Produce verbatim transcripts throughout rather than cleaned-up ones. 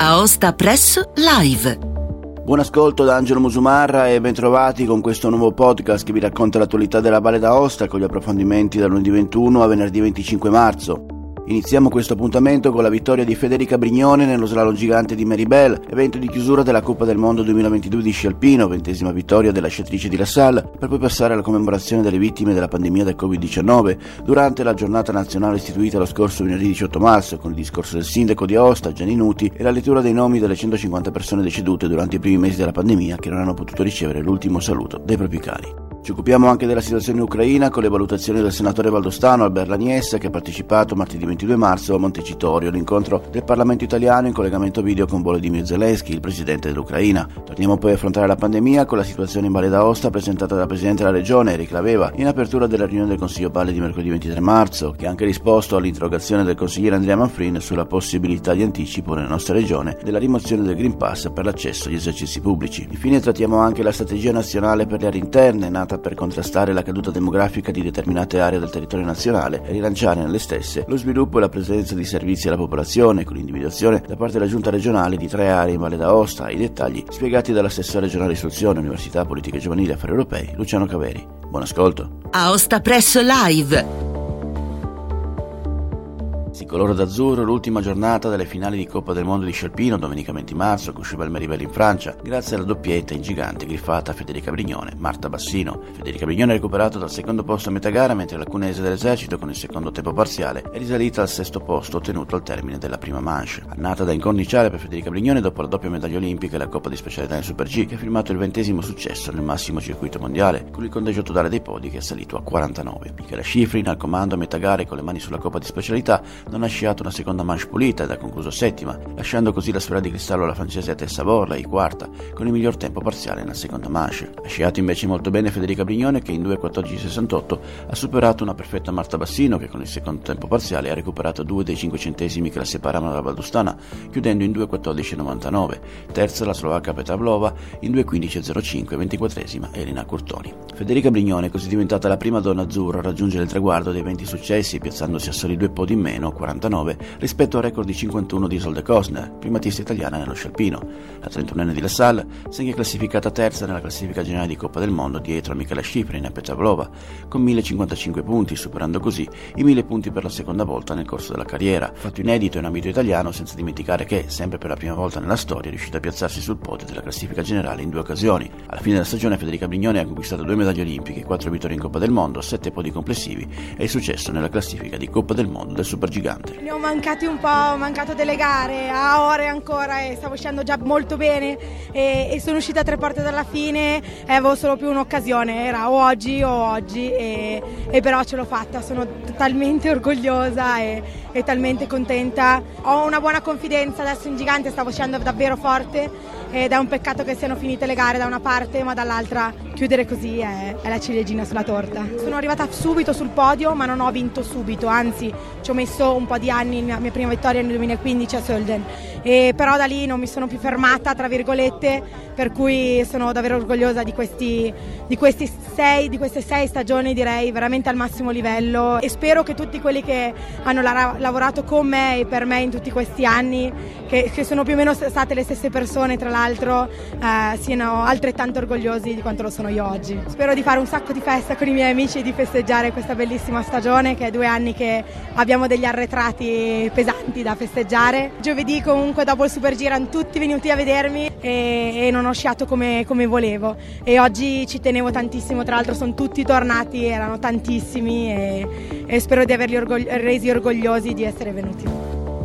Aosta Press Live. Buon ascolto da Angelo Musumarra e bentrovati con questo nuovo podcast che vi racconta l'attualità della Valle d'Aosta con gli approfondimenti da lunedì ventuno a venerdì venticinque marzo. Iniziamo questo appuntamento con la vittoria di Federica Brignone nello slalom gigante di Meribel, evento di chiusura della Coppa del Mondo duemilaventidue di sci alpino, ventesima vittoria della sciatrice di La Salle, per poi passare alla commemorazione delle vittime della pandemia del covid diciannove durante la giornata nazionale istituita lo scorso venerdì diciotto marzo con il discorso del sindaco di Aosta, Gianni Nuti, e la lettura dei nomi delle centocinquanta persone decedute durante i primi mesi della pandemia che non hanno potuto ricevere l'ultimo saluto dei propri cari. Ci occupiamo anche della situazione in Ucraina con le valutazioni del senatore valdostano Albert Lanies, che ha partecipato martedì ventidue marzo a Montecitorio all'incontro del Parlamento italiano in collegamento video con Volodymyr Zelensky, il presidente dell'Ucraina. Torniamo poi a affrontare la pandemia con la situazione in Valle d'Aosta presentata dal presidente della regione Eric Laveva in apertura della riunione del Consiglio Valle di mercoledì ventitré marzo, che ha anche risposto all'interrogazione del consigliere Andrea Manfrin sulla possibilità di anticipo nella nostra regione della rimozione del Green Pass per l'accesso agli esercizi pubblici. Infine trattiamo anche la strategia nazionale per le aree interne, nata per contrastare la caduta demografica di determinate aree del territorio nazionale e rilanciare nelle stesse lo sviluppo e la presenza di servizi alla popolazione, con l'individuazione da parte della giunta regionale di tre aree in Valle d'Aosta. I dettagli spiegati dall'assessore regionale istruzione, università, politiche giovanili e affari europei, Luciano Caveri. Buon ascolto. Aosta Press Live. Si colora d'azzurro l'ultima giornata delle finali di Coppa del Mondo di sci alpino domenica venti marzo con Cheval Meribel in Francia, grazie alla doppietta in gigante griffata Federica Brignone, Marta Bassino. Federica Brignone è recuperato dal secondo posto a metà gara, mentre la cunese dell'esercito con il secondo tempo parziale è risalita al sesto posto ottenuto al termine della prima manche. Annata da incorniciare per Federica Brignone dopo la doppia medaglia olimpica e la Coppa di specialità in Super G, che ha firmato il ventesimo successo nel massimo circuito mondiale, con il conteggio totale dei podi che è salito a quarantanove. Michela Schifrin al comando a metà gara e con le mani sulla Coppa di specialità non ha sciato una seconda manche pulita ed ha concluso settima, lasciando così la sfera di cristallo alla francese Tessa Borlai, quarta, con il miglior tempo parziale nella seconda manche. Ha sciato invece molto bene Federica Brignone, che in due quattordici sessantotto ha superato una perfetta Marta Bassino, che con il secondo tempo parziale ha recuperato due dei cinque centesimi che la separavano dalla valdostana, chiudendo in due quattordici novantanove. Terza la slovacca Petra Vlova, in due quindici zero cinque, ventiquattresima Elena Curtoni. Federica Brignone è così diventata la prima donna azzurra a raggiungere il traguardo dei venti successi, piazzandosi a soli due podi in meno, quarantanove, rispetto al record di cinquantuno di Isolde Cosner, primatista italiana nello sci alpino. La trentunenne di La Salle si è classificata terza nella classifica generale di Coppa del Mondo dietro a Michela Schifrin e Petra Vlova, con mille cinquantacinque punti, superando così i mille punti per la seconda volta nel corso della carriera, fatto inedito in ambito italiano, senza dimenticare che, sempre per la prima volta nella storia, è riuscita a piazzarsi sul podio della classifica generale in due occasioni. Alla fine della stagione Federica Brignone ha conquistato due medaglie olimpiche, quattro vittorie in Coppa del Mondo, sette podi complessivi e il successo nella classifica di Coppa del Mondo del Supergigante. Ne ho mancati un po', ho mancato delle gare, a ore ancora, e stavo uscendo già molto bene e, e sono uscita a tre porte dalla fine e avevo solo più un'occasione, era o oggi o oggi e, e però ce l'ho fatta, sono talmente orgogliosa e, e talmente contenta. Ho una buona confidenza adesso in gigante, stavo uscendo davvero forte ed è un peccato che siano finite le gare da una parte, ma dall'altra chiudere così è, è la ciliegina sulla torta. Sono arrivata subito sul podio, ma non ho vinto subito, anzi ci ho messo un po' di anni, la mia prima vittoria nel duemilaquindici a Sölden, e però da lì non mi sono più fermata, tra virgolette, per cui sono davvero orgogliosa di questi, di questi sei, di queste sei stagioni, direi veramente al massimo livello, e spero che tutti quelli che hanno la, lavorato con me e per me in tutti questi anni, che, che sono più o meno state le stesse persone tra l'altro, eh, siano altrettanto orgogliosi di quanto lo sono io oggi. Spero di fare un sacco di festa con i miei amici e di festeggiare questa bellissima stagione, che è due anni che abbiamo degli arretrati pesanti da festeggiare. Giovedì comunque dopo il Super G erano tutti venuti a vedermi e, e non ho sciato come, come volevo, e oggi ci tenevo tantissimo, tra l'altro sono tutti tornati, erano tantissimi e, e spero di averli orgogli- resi orgogliosi di essere venuti.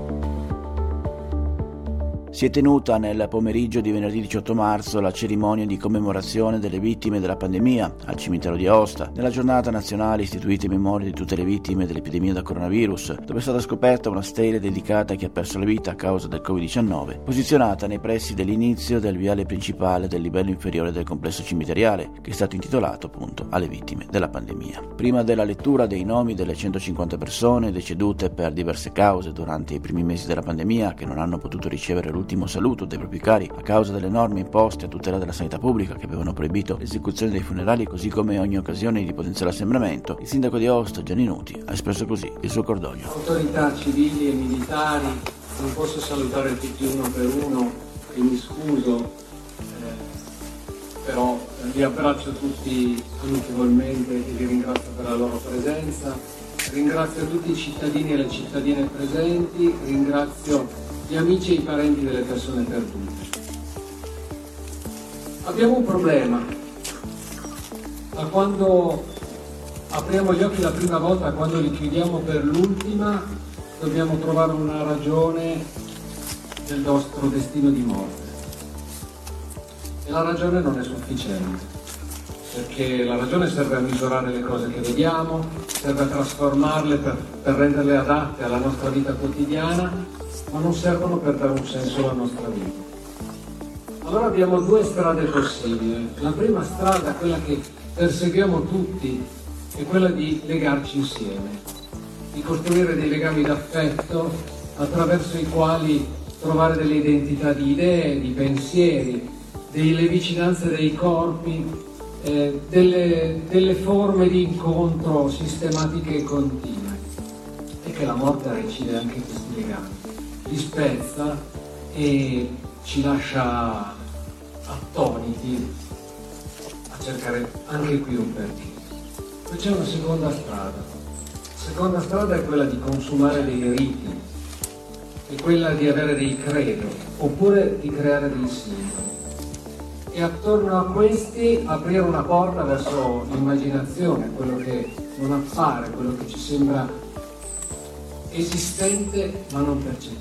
Si è tenuta nel pomeriggio di venerdì diciotto marzo la cerimonia di commemorazione delle vittime della pandemia al cimitero di Aosta, nella giornata nazionale istituita in memoria di tutte le vittime dell'epidemia da coronavirus, dove è stata scoperta una stele dedicata a chi ha perso la vita a causa del covid diciannove, posizionata nei pressi dell'inizio del viale principale del livello inferiore del complesso cimiteriale, che è stato intitolato appunto alle vittime della pandemia. Prima della lettura dei nomi delle centocinquanta persone decedute per diverse cause durante i primi mesi della pandemia, che non hanno potuto ricevere l'ultimo saluto dei propri cari a causa delle norme imposte a tutela della sanità pubblica che avevano proibito l'esecuzione dei funerali, così come ogni occasione di potenziale assembramento, il sindaco di Aosta, Gianni Nuti, ha espresso così il suo cordoglio. Autorità civili e militari, non posso salutare tutti uno per uno e mi scuso, eh, però vi abbraccio tutti amichevolmente e vi ringrazio per la loro presenza. Ringrazio tutti i cittadini e le cittadine presenti, ringrazio gli amici e i parenti delle persone perdute. Abbiamo un problema. Da quando apriamo gli occhi la prima volta a quando li chiudiamo per l'ultima, dobbiamo trovare una ragione del nostro destino di morte. E la ragione non è sufficiente, perché la ragione serve a misurare le cose che vediamo, serve a trasformarle per, per renderle adatte alla nostra vita quotidiana, ma non servono per dare un senso alla nostra vita. Allora abbiamo due strade possibili. La prima strada, quella che perseguiamo tutti, è quella di legarci insieme, di costruire dei legami d'affetto attraverso i quali trovare delle identità di idee, di pensieri, delle vicinanze dei corpi, eh, delle, delle forme di incontro sistematiche e continue. E che la morte recide anche questi legami, li spezza e ci lascia attoniti a cercare anche qui un perché. Poi c'è una seconda strada. La seconda strada è quella di consumare dei riti, è quella di avere dei credo, oppure di creare dei simboli. E attorno a questi aprire una porta verso l'immaginazione, quello che non appare, quello che ci sembra esistente ma non percettibile.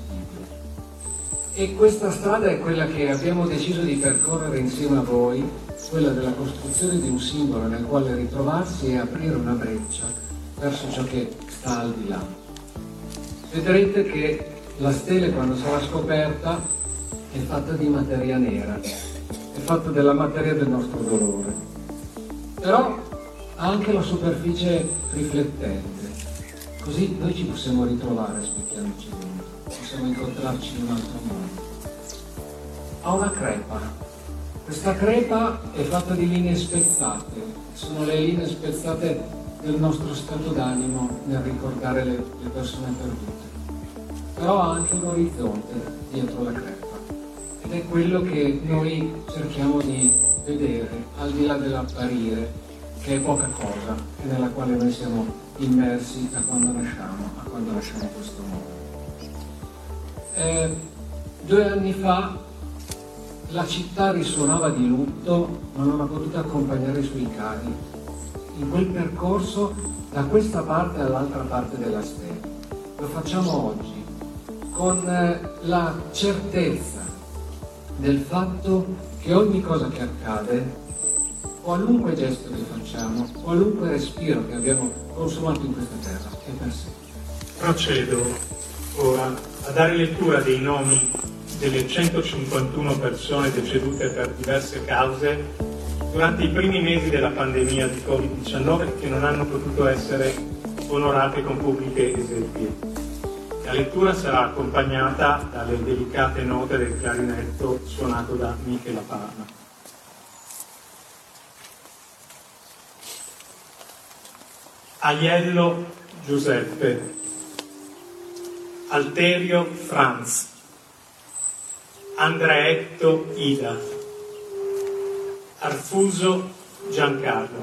E questa strada è quella che abbiamo deciso di percorrere insieme a voi, quella della costruzione di un simbolo nel quale ritrovarsi e aprire una breccia verso ciò che sta al di là. Vedrete che la stele, quando sarà scoperta, è fatta di materia nera, è fatta della materia del nostro dolore, però ha anche la superficie riflettente, così noi ci possiamo ritrovare specchiandoci dentro, possiamo incontrarci in un altro modo. Ha una crepa. Questa crepa è fatta di linee spezzate, sono le linee spezzate del nostro stato d'animo nel ricordare le, le persone perdute. Però ha anche un orizzonte dietro la crepa ed è quello che noi cerchiamo di vedere al di là dell'apparire, che è poca cosa e nella quale noi siamo immersi da quando nasciamo a quando lasciamo questo mondo. Eh, due anni fa la città risuonava di lutto, ma non ha potuto accompagnare i suoi cari in quel percorso da questa parte all'altra parte della stella. Lo facciamo oggi con la certezza del fatto che ogni cosa che accade, qualunque gesto che facciamo, qualunque respiro che abbiamo consumato in questa terra, è per sempre. Procedo ora a dare lettura dei nomi delle centocinquantuno persone decedute per diverse cause durante i primi mesi della pandemia di covid diciannove che non hanno potuto essere onorate con pubbliche esequie. La lettura sarà accompagnata dalle delicate note del clarinetto suonato da Michela Parma. Aiello Giuseppe, Alterio Franz, Andreetto Ida, Arfuso Giancarlo,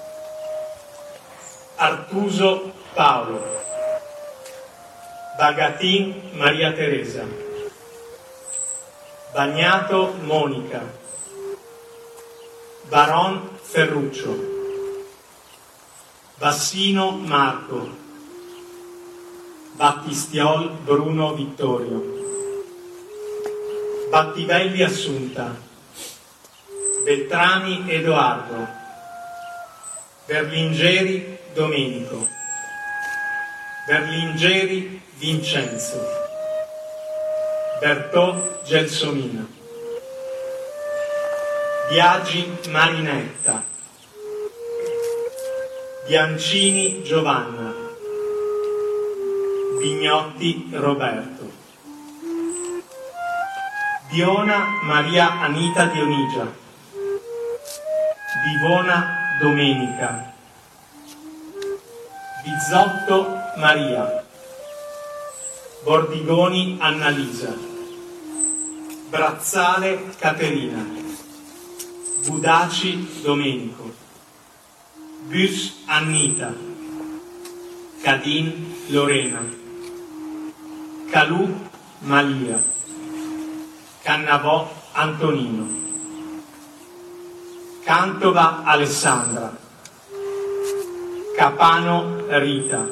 Artuso Paolo, Bagatin Maria Teresa, Bagnato Monica, Baron Ferruccio, Bassino Marco, Battistiol Bruno Vittorio, Battivelli Assunta, Beltrami Edoardo, Berlingeri Domenico, Berlingeri Vincenzo, Bertò Gelsomino, Biagi Marinetta, Biancini Giovanna, Vignotti Roberto, Diona Maria Anita Dionigia, Vivona Domenica, Bizzotto Maria, Bordigoni Annalisa, Brazzale Caterina, Budaci Domenico, Bus Annita, Cadin Lorena, Calù Malia, Cannavò Antonino, Cantova Alessandra, Capano Rita,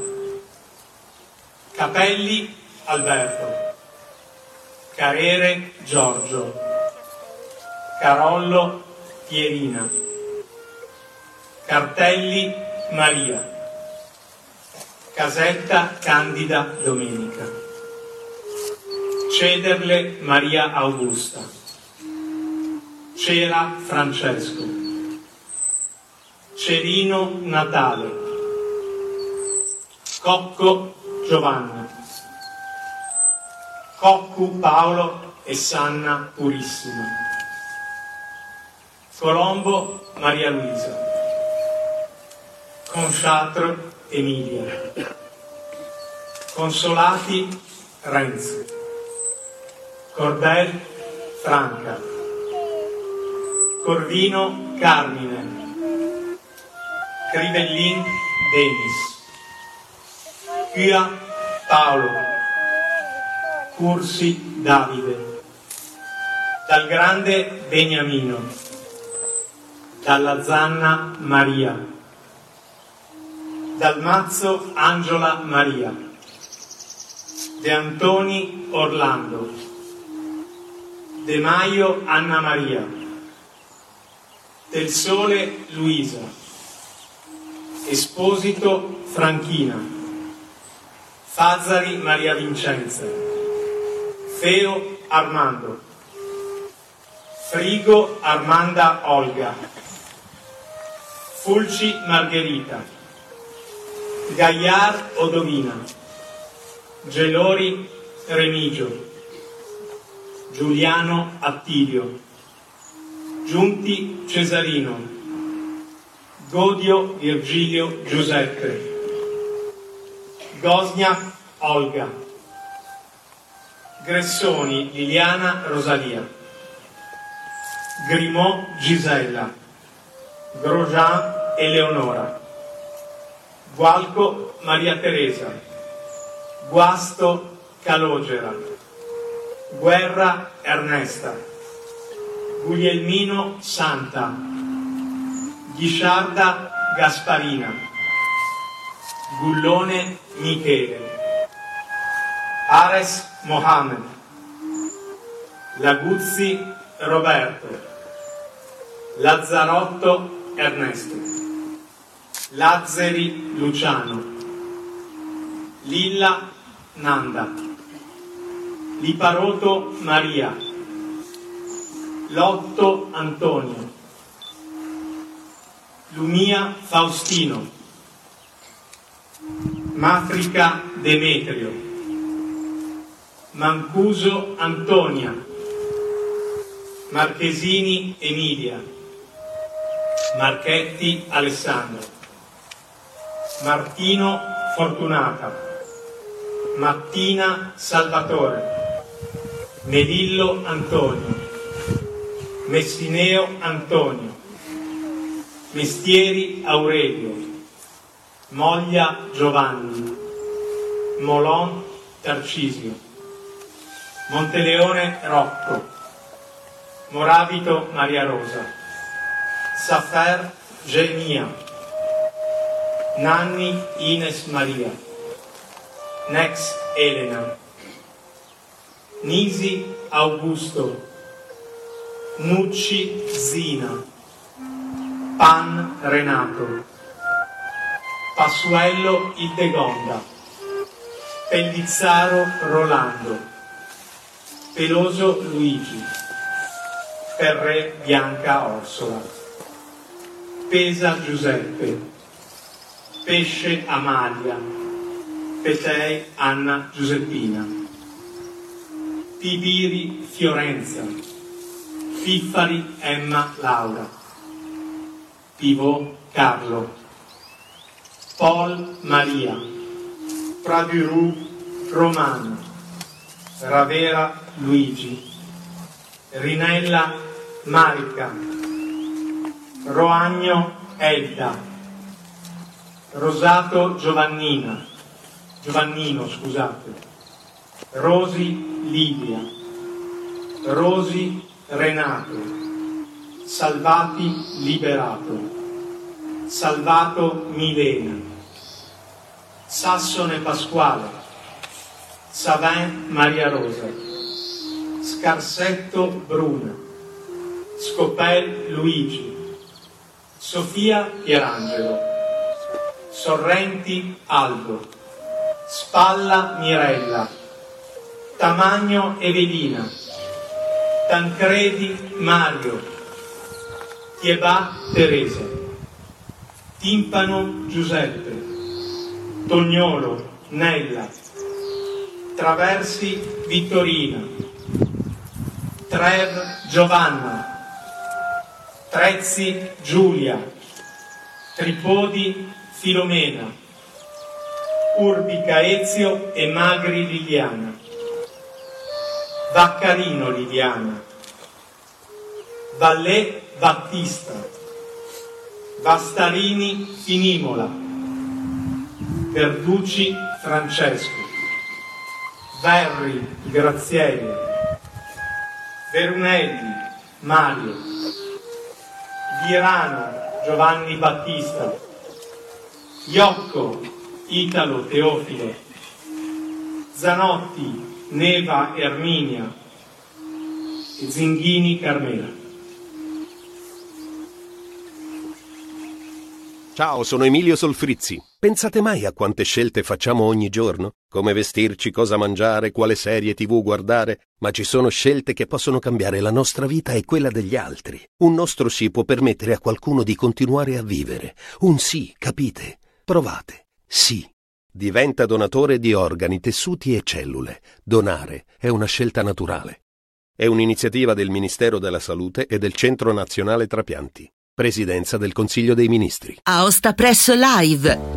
Capelli Alberto, Carere Giorgio, Carollo Pierina, Cartelli Maria, Casetta Candida Domenica, Cederle Maria Augusta, Cera Francesco, Cerino Natale, Cocco Giovanni, Coccu Paolo e Sanna Purissima, Colombo Maria Luisa, Consciatro Emilia, Consolati Renzi, Cordel Franca, Corvino Carmine, Crivellin Denis, Pia Paolo, Cursi Davide, Dal Grande Beniamino, Dalla Zanna Maria, Dal Mazzo Angela Maria, De Antoni Orlando, De Maio Anna Maria, Del Sole Luisa, Esposito Franchina, Fazzari Maria Vincenza, Feo Armando, Frigo Armanda Olga, Fulci Margherita, Gagliard Odovina, Gelori Remigio, Giuliano Attilio, Giunti Cesarino, Godio Virgilio Giuseppe, Gosnia Olga, Gressoni Liliana Rosalia, Grimaud Gisella, Grosjean Eleonora, Gualco Maria Teresa, Guasto Calogera, Guerra Ernesta, Guglielmino Santa, Ghisciarda Gasparina, Gullone Michele, Ares Mohamed, Laguzzi Roberto, Lazzarotto Ernesto, Lazzeri Luciano, Lilla Nanda, Liparoto Maria, Lotto Antonio, Lumia Faustino, Mafrica Demetrio, Mancuso Antonia, Marchesini Emilia, Marchetti Alessandro, Martino Fortunata, Mattina Salvatore, Melillo Antonio, Messineo Antonio, Mestieri Aurelio, Moglia Giovanni, Molon Tarcisio, Monteleone Rocco, Moravito Maria Rosa, Safer Genia, Nanni Ines Maria, Nex Elena, Nisi Augusto, Nucci Zina, Pan Renato, Passuello Ildegonda, Pellizzaro Rolando, Peloso Luigi, Ferré Bianca Orsola, Pesa Giuseppe, Pesce Amalia, Petei Anna Giuseppina, Pibiri Fiorenza, Fiffari Emma Laura, Pivot Carlo, Paul Maria, Praduru Romano, Ravera Luigi, Rinella Marica, Roagno Elda, Rosato Giovannina, Giovannino, scusate, Rosi Livia, Rosi Renato, Salvati Liberato, Salvato Milena, Sassone Pasquale, Savin Maria Rosa, Scarsetto Bruna, Scopel Luigi, Sofia Pierangelo, Sorrenti Aldo, Spalla Mirella, Tamagno Evelina, Tancredi Mario, Tiebà Teresa, Timpano Giuseppe, Tognolo Nella, Traversi Vittorina, Trev Giovanna, Trezzi Giulia, Tripodi Filomena, Urbica Ezio e Magri Liliana, Vaccarino Liliana, Vallè Battista, Vastarini Finimola, Verducci Francesco, Verri Graziella, Verunelli Mario, Virano Giovanni Battista, Iocco Italo Teofilo, Zanotti Neva Erminia e Zinghini Carmela. Ciao, sono Emilio Solfrizzi. Pensate mai a quante scelte facciamo ogni giorno? Come vestirci, cosa mangiare, quale serie tivù guardare? Ma ci sono scelte che possono cambiare la nostra vita e quella degli altri. Un nostro sì può permettere a qualcuno di continuare a vivere. Un sì, capite? Provate. Sì. Diventa donatore di organi, tessuti e cellule. Donare è una scelta naturale. È un'iniziativa del Ministero della Salute e del Centro Nazionale Trapianti. Presidenza del Consiglio dei Ministri. Aosta Press Live.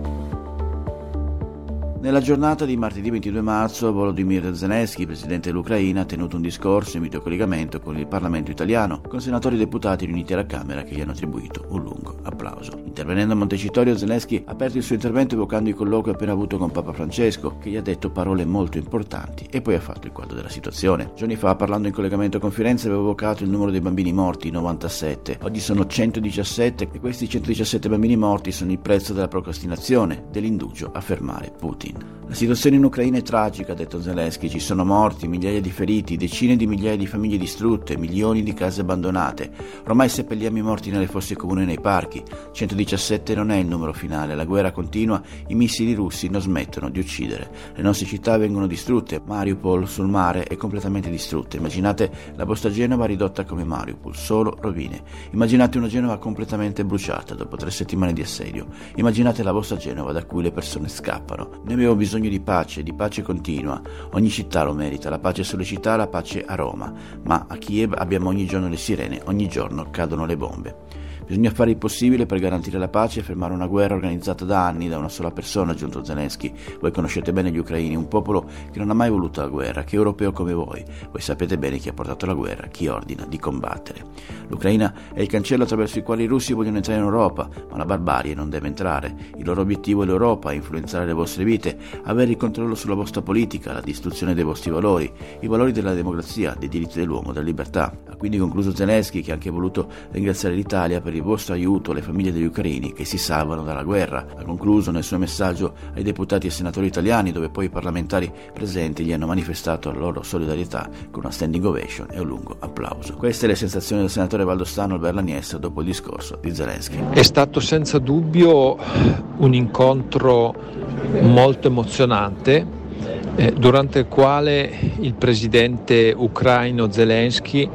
Nella giornata di martedì ventidue marzo, Volodymyr Zelensky, presidente dell'Ucraina, ha tenuto un discorso in videocollegamento con il Parlamento italiano, con senatori e deputati riuniti alla Camera che gli hanno attribuito un lungo applauso. Intervenendo a Montecitorio, Zelensky ha aperto il suo intervento evocando i colloqui appena avuto con Papa Francesco, che gli ha detto parole molto importanti, e poi ha fatto il quadro della situazione. Giorni fa, parlando in collegamento con Firenze, aveva evocato il numero dei bambini morti, novantasette. Oggi sono centodiciassette, e questi centodiciassette bambini morti sono il prezzo della procrastinazione, dell'indugio a fermare Putin. La situazione in Ucraina è tragica, ha detto Zelensky, ci sono morti, migliaia di feriti, decine di migliaia di famiglie distrutte, milioni di case abbandonate. Ormai seppelliamo i morti nelle fosse comuni e nei parchi. centodiciassette non è il numero finale, la guerra continua, i missili russi non smettono di uccidere. Le nostre città vengono distrutte, Mariupol sul mare è completamente distrutta. Immaginate la vostra Genova ridotta come Mariupol, solo rovine. Immaginate una Genova completamente bruciata dopo tre settimane di assedio. Immaginate la vostra Genova da cui le persone scappano. Noi abbiamo bisogno di pace, di pace continua. Ogni città lo merita, la pace sulle città, la pace a Roma. Ma a Kiev abbiamo ogni giorno le sirene, ogni giorno cadono le bombe. Bisogna fare il possibile per garantire la pace e fermare una guerra organizzata da anni da una sola persona, ha aggiunto Zelensky. Voi conoscete bene gli ucraini, un popolo che non ha mai voluto la guerra, che è europeo come voi. Voi sapete bene chi ha portato la guerra, chi ordina di combattere. L'Ucraina è il cancello attraverso il quale i russi vogliono entrare in Europa, ma la barbarie non deve entrare. Il loro obiettivo è l'Europa, influenzare le vostre vite, avere il controllo sulla vostra politica, la distruzione dei vostri valori, i valori della democrazia, dei diritti dell'uomo, della libertà. Ha quindi concluso Zelensky, che ha anche voluto ringraziare l'Italia per il vostro aiuto alle famiglie degli ucraini che si salvano dalla guerra. Ha concluso nel suo messaggio ai deputati e senatori italiani, dove poi i parlamentari presenti gli hanno manifestato la loro solidarietà con una standing ovation e un lungo applauso. Queste le sensazioni del senatore valdostano Albert Lanier dopo il discorso di Zelensky. È stato senza dubbio un incontro molto emozionante, eh, durante il quale il presidente ucraino Zelensky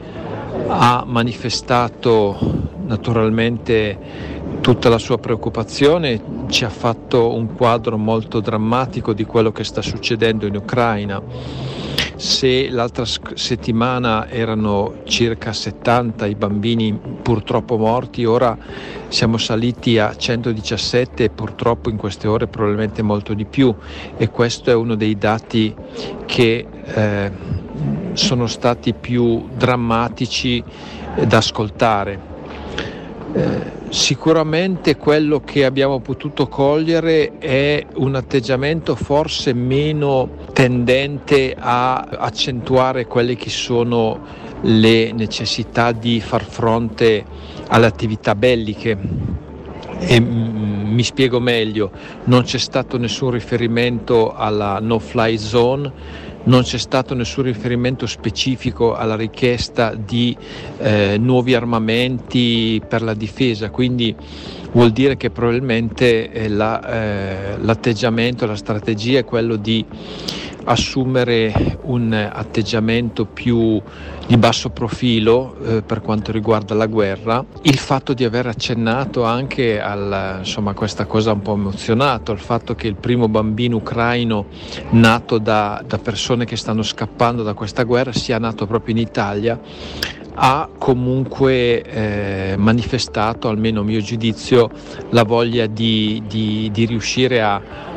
ha manifestato naturalmente tutta la sua preoccupazione, ci ha fatto un quadro molto drammatico di quello che sta succedendo in Ucraina. Se l'altra settimana erano circa settanta i bambini purtroppo morti, ora siamo saliti a centodiciassette e purtroppo in queste ore probabilmente molto di più, e questo è uno dei dati che eh, sono stati più drammatici da ascoltare. Eh, sicuramente quello che abbiamo potuto cogliere è un atteggiamento forse meno tendente a accentuare quelle che sono le necessità di far fronte alle attività belliche. E mm, mi spiego meglio: non c'è stato nessun riferimento alla no-fly zone, non c'è stato nessun riferimento specifico alla richiesta di eh, nuovi armamenti per la difesa, quindi vuol dire che probabilmente eh, la, eh, l'atteggiamento, la strategia è quello di assumere un atteggiamento più di basso profilo eh, per quanto riguarda la guerra. Il fatto di aver accennato anche al, insomma, questa cosa un po' emozionato, il fatto che il primo bambino ucraino nato da, da persone che stanno scappando da questa guerra sia nato proprio in Italia, ha comunque eh, manifestato, almeno a mio giudizio, la voglia di, di, di riuscire a,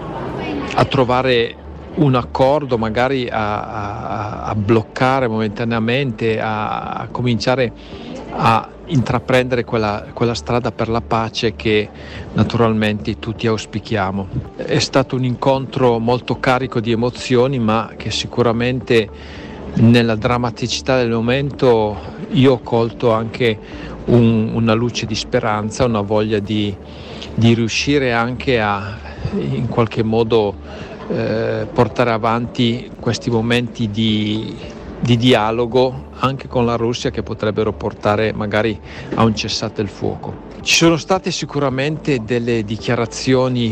a trovare un accordo, magari a, a, a bloccare momentaneamente, a, a cominciare a intraprendere quella, quella strada per la pace che naturalmente tutti auspichiamo. È stato un incontro molto carico di emozioni, ma che sicuramente nella drammaticità del momento io ho colto anche un, una luce di speranza, una voglia di, di riuscire anche a in qualche modo Eh, portare avanti questi momenti di, di dialogo anche con la Russia, che potrebbero portare magari a un cessate il fuoco. Ci sono state sicuramente delle dichiarazioni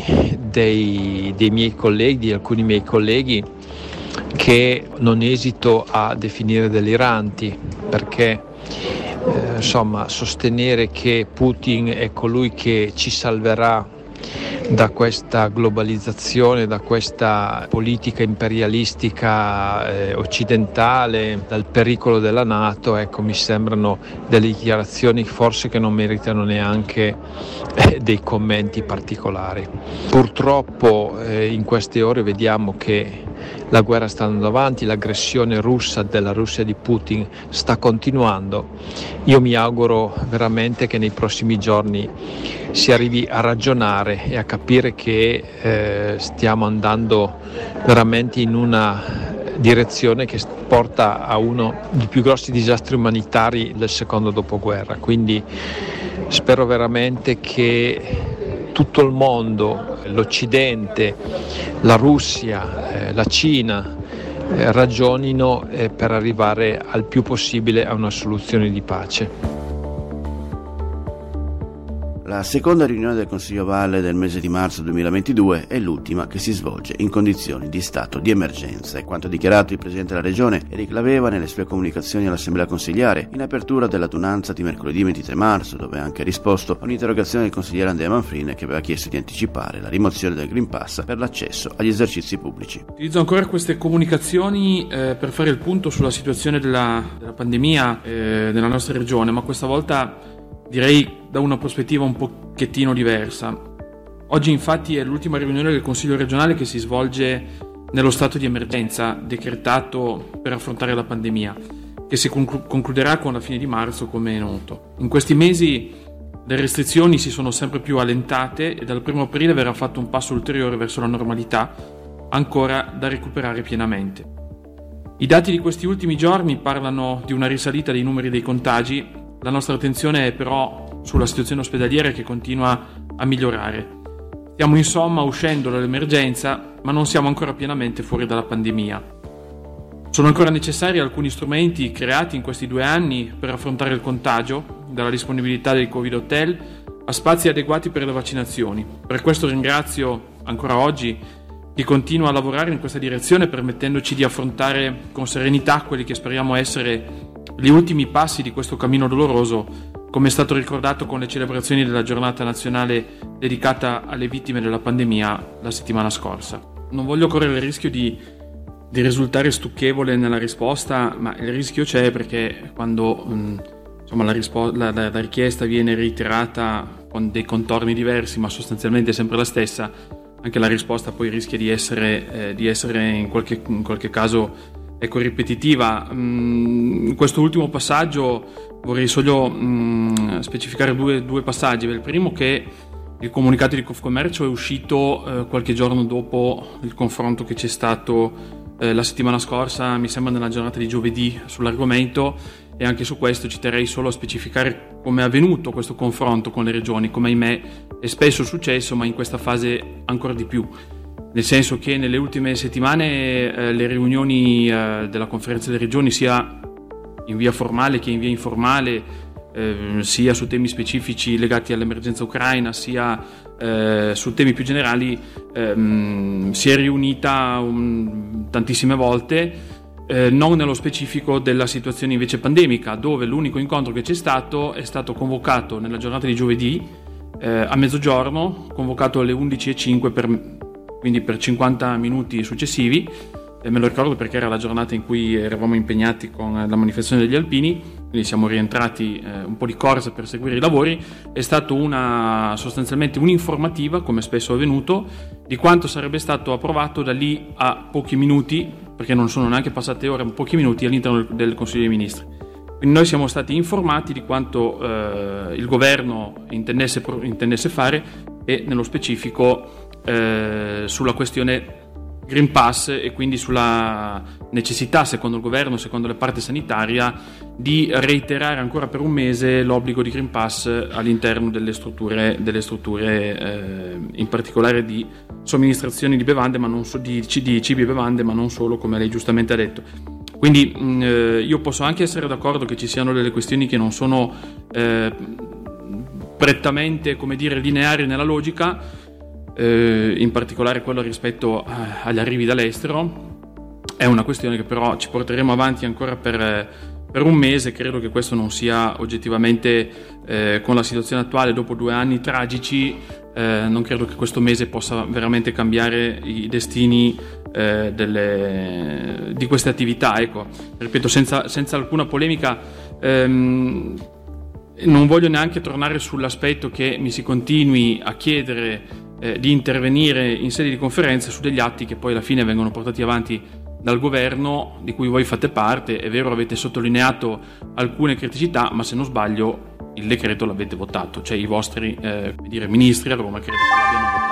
dei, dei miei colleghi, di alcuni miei colleghi, che non esito a definire deliranti, perché eh, insomma sostenere che Putin è colui che ci salverà da questa globalizzazione, da questa politica imperialistica eh, occidentale, dal pericolo della NATO, ecco, mi sembrano delle dichiarazioni forse che non meritano neanche eh, dei commenti particolari. Purtroppo eh, in queste ore vediamo che la guerra sta andando avanti, l'aggressione russa della Russia di Putin sta continuando. Io mi auguro veramente che nei prossimi giorni si arrivi a ragionare e a capire che eh, stiamo andando veramente in una direzione che porta a uno dei più grossi disastri umanitari del secondo dopoguerra. Quindi spero veramente che tutto il mondo, l'Occidente, la Russia, eh, la Cina eh, ragionino eh, per arrivare al più possibile a una soluzione di pace. La seconda riunione del Consiglio Valle del mese di marzo duemilaventidue è l'ultima che si svolge in condizioni di stato di emergenza, e quanto dichiarato il Presidente della Regione Eric Laveva nelle sue comunicazioni all'Assemblea Consigliare in apertura dell'adunanza di mercoledì ventitré marzo, dove ha anche risposto a un'interrogazione del consigliere Andrea Manfrin, che aveva chiesto di anticipare la rimozione del Green Pass per l'accesso agli esercizi pubblici. Utilizzo ancora queste comunicazioni eh, per fare il punto sulla situazione della, della pandemia eh, nella nostra regione, ma questa volta direi da una prospettiva un pochettino diversa. Oggi infatti è l'ultima riunione del Consiglio regionale che si svolge nello stato di emergenza decretato per affrontare la pandemia, che si conclu- concluderà con la fine di marzo, come è noto. In questi mesi le restrizioni si sono sempre più allentate e dal primo aprile verrà fatto un passo ulteriore verso la normalità, ancora da recuperare pienamente. I dati di questi ultimi giorni parlano di una risalita dei numeri dei contagi. La nostra attenzione è però sulla situazione ospedaliera, che continua a migliorare. Stiamo insomma uscendo dall'emergenza, ma non siamo ancora pienamente fuori dalla pandemia. Sono ancora necessari alcuni strumenti creati in questi due anni per affrontare il contagio, dalla disponibilità dei Covid Hotel a spazi adeguati per le vaccinazioni. Per questo ringrazio ancora oggi chi continua a lavorare in questa direzione, permettendoci di affrontare con serenità quelli che speriamo essere gli ultimi passi di questo cammino doloroso come è stato ricordato con le celebrazioni della giornata nazionale dedicata alle vittime della pandemia la settimana scorsa. Non voglio correre il rischio di, di risultare stucchevole nella risposta, ma il rischio c'è perché quando mh, insomma, la, rispo- la, la, la richiesta viene reiterata con dei contorni diversi, ma sostanzialmente sempre la stessa, anche la risposta poi rischia di essere, eh, di essere in, qualche, in qualche caso ecco, ripetitiva. Mm, in questo ultimo passaggio vorrei solo mm, specificare due, due passaggi. Il primo, che il comunicato di Confcommercio è uscito eh, qualche giorno dopo il confronto che c'è stato eh, la settimana scorsa, mi sembra nella giornata di giovedì, sull'argomento, e anche su questo ci terrei solo a specificare come è avvenuto questo confronto con le regioni, come ahimè è spesso successo, ma in questa fase ancora di più. Nel senso che nelle ultime settimane eh, le riunioni eh, della conferenza delle regioni, sia in via formale che in via informale, eh, sia su temi specifici legati all'emergenza ucraina, sia eh, su temi più generali, ehm, si è riunita un, tantissime volte, eh, non nello specifico della situazione invece pandemica, dove l'unico incontro che c'è stato è stato convocato nella giornata di giovedì eh, a mezzogiorno, convocato alle undici e cinque per quindi per cinquanta minuti successivi, e me lo ricordo perché era la giornata in cui eravamo impegnati con la manifestazione degli alpini, quindi siamo rientrati eh, un po' di corsa per seguire i lavori. È stato una, sostanzialmente un'informativa, come spesso è avvenuto, di quanto sarebbe stato approvato da lì a pochi minuti, perché non sono neanche passate ore, ma pochi minuti all'interno del, del Consiglio dei Ministri. Quindi noi siamo stati informati di quanto eh, il governo intendesse, intendesse fare, e nello specifico Eh, sulla questione Green Pass, e quindi sulla necessità, secondo il governo, secondo la parte sanitaria, di reiterare ancora per un mese l'obbligo di Green Pass all'interno delle strutture, delle strutture eh, in particolare di somministrazione di bevande, ma non so, di, di cibi e bevande, ma non solo, come lei giustamente ha detto. Quindi mh, io posso anche essere d'accordo che ci siano delle questioni che non sono eh, prettamente, come dire, lineari nella logica, Eh, in particolare quello rispetto a, agli arrivi dall'estero. È una questione che però ci porteremo avanti ancora per, per un mese. Credo che questo non sia oggettivamente, eh, con la situazione attuale, dopo due anni tragici, eh, non credo che questo mese possa veramente cambiare i destini eh, delle, di queste attività. Ecco, ripeto, senza, senza alcuna polemica, ehm, non voglio neanche tornare sull'aspetto che mi si continui a chiedere eh, di intervenire in sede di conferenza su degli atti che poi alla fine vengono portati avanti dal governo, di cui voi fate parte. È vero, avete sottolineato alcune criticità, ma se non sbaglio il decreto l'avete votato, cioè i vostri eh, come dire, ministri a Roma credo che l'abbiano votato.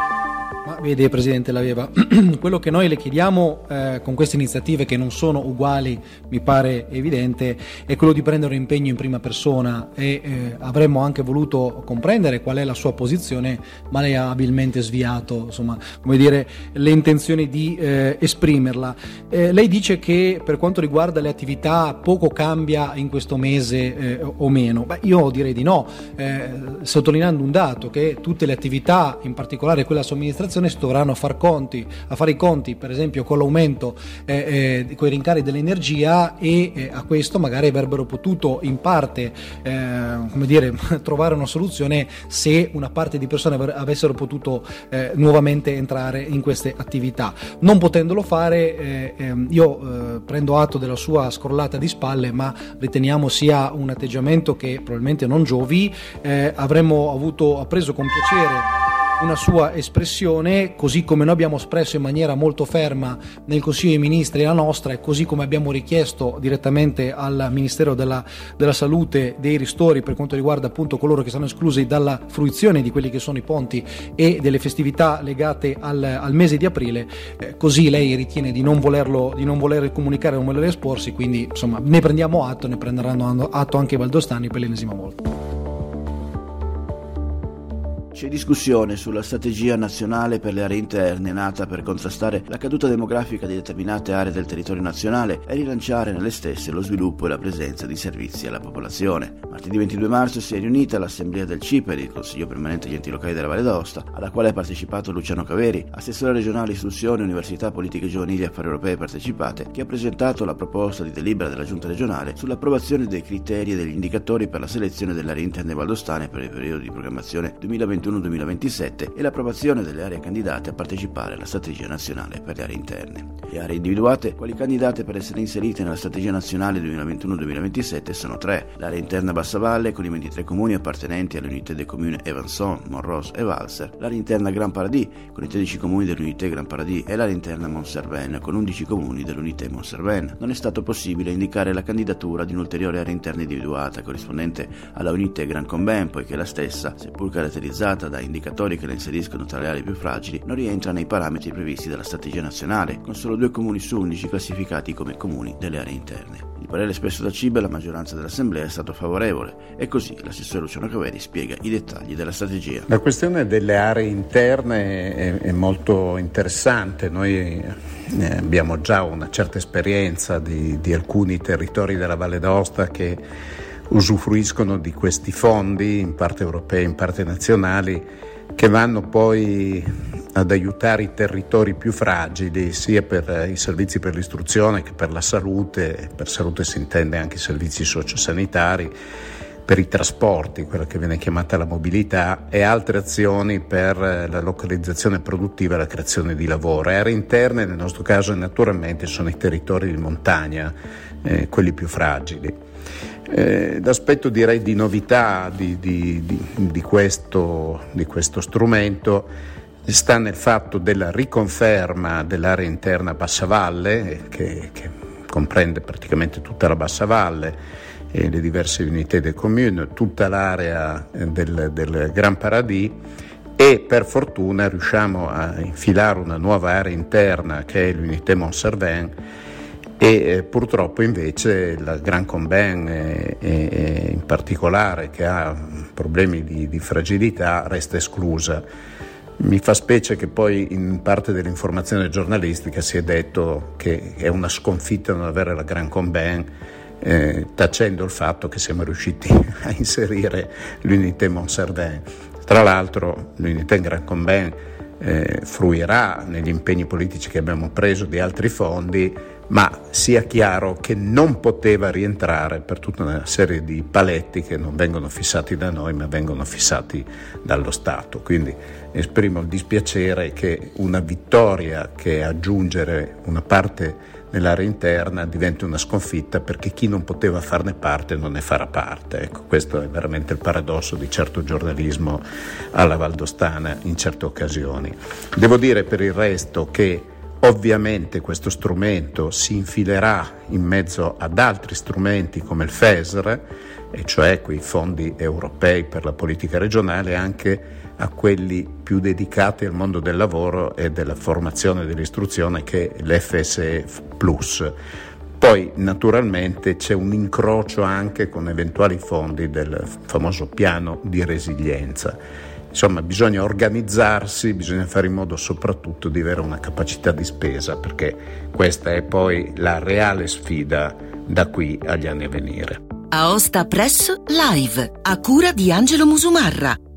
Ma vede, Presidente Laveva, quello che noi le chiediamo eh, con queste iniziative, che non sono uguali, mi pare evidente, è quello di prendere un impegno in prima persona, e eh, avremmo anche voluto comprendere qual è la sua posizione, ma lei ha abilmente sviato, insomma, come dire, le intenzioni di eh, esprimerla. Eh, lei dice che per quanto riguarda le attività poco cambia in questo mese eh, o meno. Beh, io direi di no, eh, sottolineando un dato, che tutte le attività, in particolare quella somministrazione, si dovranno far conti, a fare i conti per esempio con l'aumento eh, eh, con i rincari dell'energia, e eh, a questo magari avrebbero potuto in parte eh, come dire, trovare una soluzione se una parte di persone avessero potuto eh, nuovamente entrare in queste attività. Non potendolo fare, eh, eh, io eh, prendo atto della sua scrollata di spalle, ma riteniamo sia un atteggiamento che probabilmente non giovi. Eh, avremmo avuto appreso con piacere una sua espressione, così come noi abbiamo espresso in maniera molto ferma nel Consiglio dei Ministri la nostra, e così come abbiamo richiesto direttamente al Ministero della, della Salute dei ristori per quanto riguarda appunto coloro che sono esclusi dalla fruizione di quelli che sono i ponti e delle festività legate al, al mese di aprile. Eh, così lei ritiene di non volerlo, di non voler comunicare, non voler esporsi, quindi insomma ne prendiamo atto, ne prenderanno atto anche i valdostani per l'ennesima volta. C'è discussione sulla strategia nazionale per le aree interne nata per contrastare la caduta demografica di determinate aree del territorio nazionale e rilanciare nelle stesse lo sviluppo e la presenza di servizi alla popolazione. Martedì ventidue marzo si è riunita l'assemblea del C I P E R, il Consiglio Permanente degli Enti Locali della Valle d'Aosta, alla quale ha partecipato Luciano Caveri, assessore regionale istruzione, università, politiche giovanili e affari europei partecipate, che ha presentato la proposta di delibera della Giunta regionale sull'approvazione dei criteri e degli indicatori per la selezione delle aree interne valdostane per il periodo di programmazione duemilaventuno duemilaventisette e l'approvazione delle aree candidate a partecipare alla strategia nazionale per le aree interne. Le aree individuate quali candidate per essere inserite nella strategia nazionale duemilaventuno duemilaventisette sono tre: l'area interna Bassa Valle con i ventitré comuni appartenenti alle unità dei comuni Evanson, Monros e Valser, l'area interna Gran Paradis con i tredici comuni dell'unità Gran Paradis e l'area interna Montservin con undici comuni dell'unità Montservin. Non è stato possibile indicare la candidatura di un'ulteriore area interna individuata corrispondente alla unità Gran Combin, poiché la stessa, seppur caratterizzata da indicatori che la inseriscono tra le aree più fragili, non rientra nei parametri previsti dalla strategia nazionale, con solo due comuni su undici classificati come comuni delle aree interne. Il parere espresso da C I B E, la maggioranza dell'assemblea, è stato favorevole e così l'assessore Luciano Caveri spiega i dettagli della strategia. La questione delle aree interne è, è molto interessante. Noi eh, abbiamo già una certa esperienza di, di alcuni territori della Valle d'Aosta che usufruiscono di questi fondi, in parte europei, in parte nazionali, che vanno poi ad aiutare i territori più fragili, sia per i servizi per l'istruzione che per la salute. Per salute si intende anche i servizi sociosanitari, per i trasporti, quella che viene chiamata la mobilità, e altre azioni per la localizzazione produttiva e la creazione di lavoro. Aree interne, nel nostro caso, naturalmente sono i territori di montagna, eh, quelli più fragili. Eh, l'aspetto, direi, di novità di, di, di, di, questo, di questo strumento sta nel fatto della riconferma dell'area interna Bassa Valle, che, che comprende praticamente tutta la Bassa Valle e le diverse unità del comune, tutta l'area del, del Gran Paradis, e per fortuna riusciamo a infilare una nuova area interna che è l'unità Montservin, e eh, purtroppo invece la Gran Combin e, e, in particolare, che ha problemi di, di fragilità, resta esclusa. Mi fa specie che poi in parte dell'informazione giornalistica si è detto che è una sconfitta non avere la Gran Combin, eh, tacendo il fatto che siamo riusciti a inserire l'unità Montservin. Tra l'altro l'unità Gran Combin eh, fruirà negli impegni politici che abbiamo preso di altri fondi, ma sia chiaro che non poteva rientrare per tutta una serie di paletti che non vengono fissati da noi ma vengono fissati dallo Stato. Quindi esprimo il dispiacere che una vittoria, che aggiungere una parte nell'area interna, diventi una sconfitta, perché chi non poteva farne parte non ne farà parte. Ecco, questo è veramente il paradosso di certo giornalismo alla valdostana in certe occasioni. Devo dire per il resto che ovviamente questo strumento si infilerà in mezzo ad altri strumenti come il F E S R, e cioè quei fondi europei per la politica regionale, anche a quelli più dedicati al mondo del lavoro e della formazione e dell'istruzione, che è l'F S E Plus. Poi naturalmente c'è un incrocio anche con eventuali fondi del famoso piano di resilienza. Insomma, bisogna organizzarsi, bisogna fare in modo soprattutto di avere una capacità di spesa, perché questa è poi la reale sfida da qui agli anni a venire. Aosta Press Live, a cura di Angelo Musumarra.